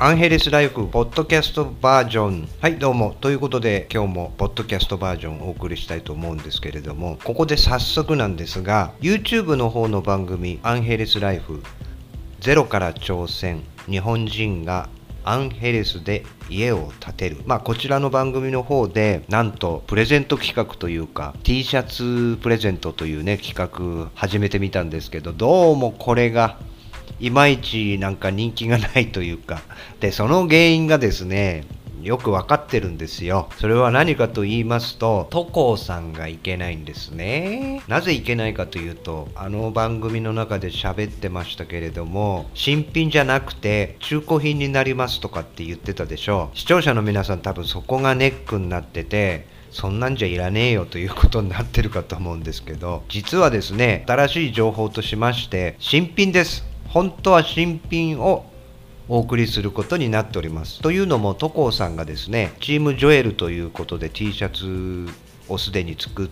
アンヘルスライフポッドキャストバージョン。はい、どうも。ということで、今日もポッドキャストバージョンをお送りしたいと思うんですけれども、ここで早速なんですが、YouTube の方の番組、アンヘルスライフ、ゼロから挑戦、日本人がアンヘレスで家を建てる。こちらの番組の方で、なんとプレゼント企画というか、T シャツプレゼントというね、企画始めてみたんですけど、どうもこれが、いまいちなんか人気がないというか、で、その原因がですね、よくわかってるんですよ。それは何かと言いますと、都高さんがいけないんですね。なぜいけないかというと、あの番組の中で喋ってましたけれども、新品じゃなくて中古品になりますとかって言ってたでしょう。視聴者の皆さん多分そこがネックになってて、そんなんじゃいらねえよということになってるかと思うんですけど、実はですね、新しい情報としまして、新品です。本当は新品をお送りすることになっております。というのも、都高さんがですね、チームジョエルということで T シャツをすでに作って、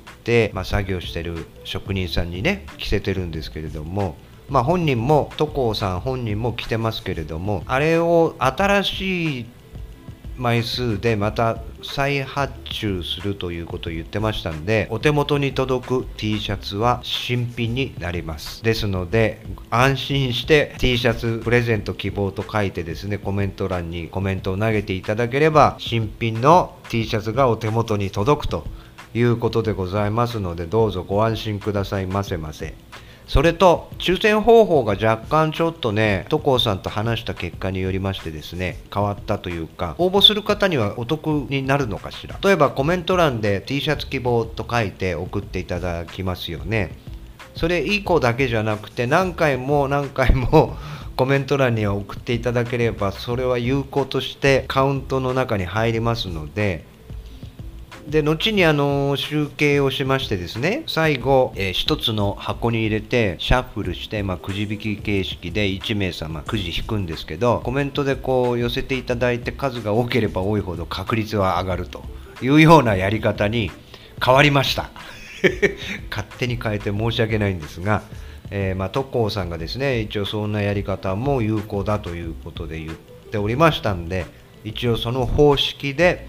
作業してる職人さんにね、着せてるんですけれども、本人も、都高さん本人も着てますけれども、あれを新しい枚数でまた再発注するということを言ってましたんで、お手元に届く T シャツは新品になります。ですので、安心して T シャツプレゼント希望と書いてですね、コメント欄にコメントを投げていただければ、新品の T シャツがお手元に届くということでございますので、どうぞご安心くださいませませ。それと、抽選方法が若干ちょっとね、都高さんと話した結果によりましてですね、変わったというか、応募する方にはお得になるのかしら。例えばコメント欄で T シャツ希望と書いて送っていただきますよね。それ1個だけじゃなくて、何回もコメント欄には送っていただければ、それは有効としてカウントの中に入りますので、後に集計をしましてですね、最後、一つの箱に入れてシャッフルして、くじ引き形式で1名様くじ引くんですけど、コメントでこう寄せていただいて数が多ければ多いほど確率は上がるというようなやり方に変わりました勝手に変えて申し訳ないんですが、都高さんがですね、一応そんなやり方も有効だということで言っておりましたんで、一応その方式で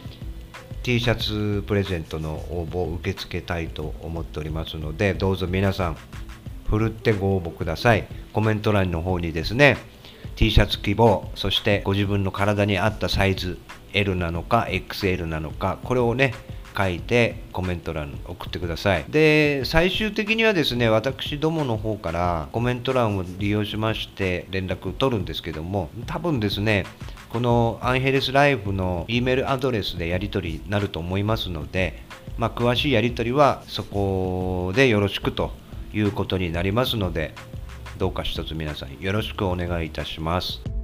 T シャツプレゼントの応募を受け付けたいと思っておりますので、どうぞ皆さんふるってご応募ください。コメント欄の方にですね、T シャツ希望、そしてご自分の体に合ったサイズ L なのか XL なのか、これをね書いてコメント欄に送ってください。で、最終的にはですね、私どもの方からコメント欄を利用しまして連絡取るんですけども、多分ですね、このアンヘルスライフの E メールアドレスでやり取りになると思いますので、詳しいやり取りはそこでよろしくということになりますので、どうか一つ皆さんよろしくお願いいたします。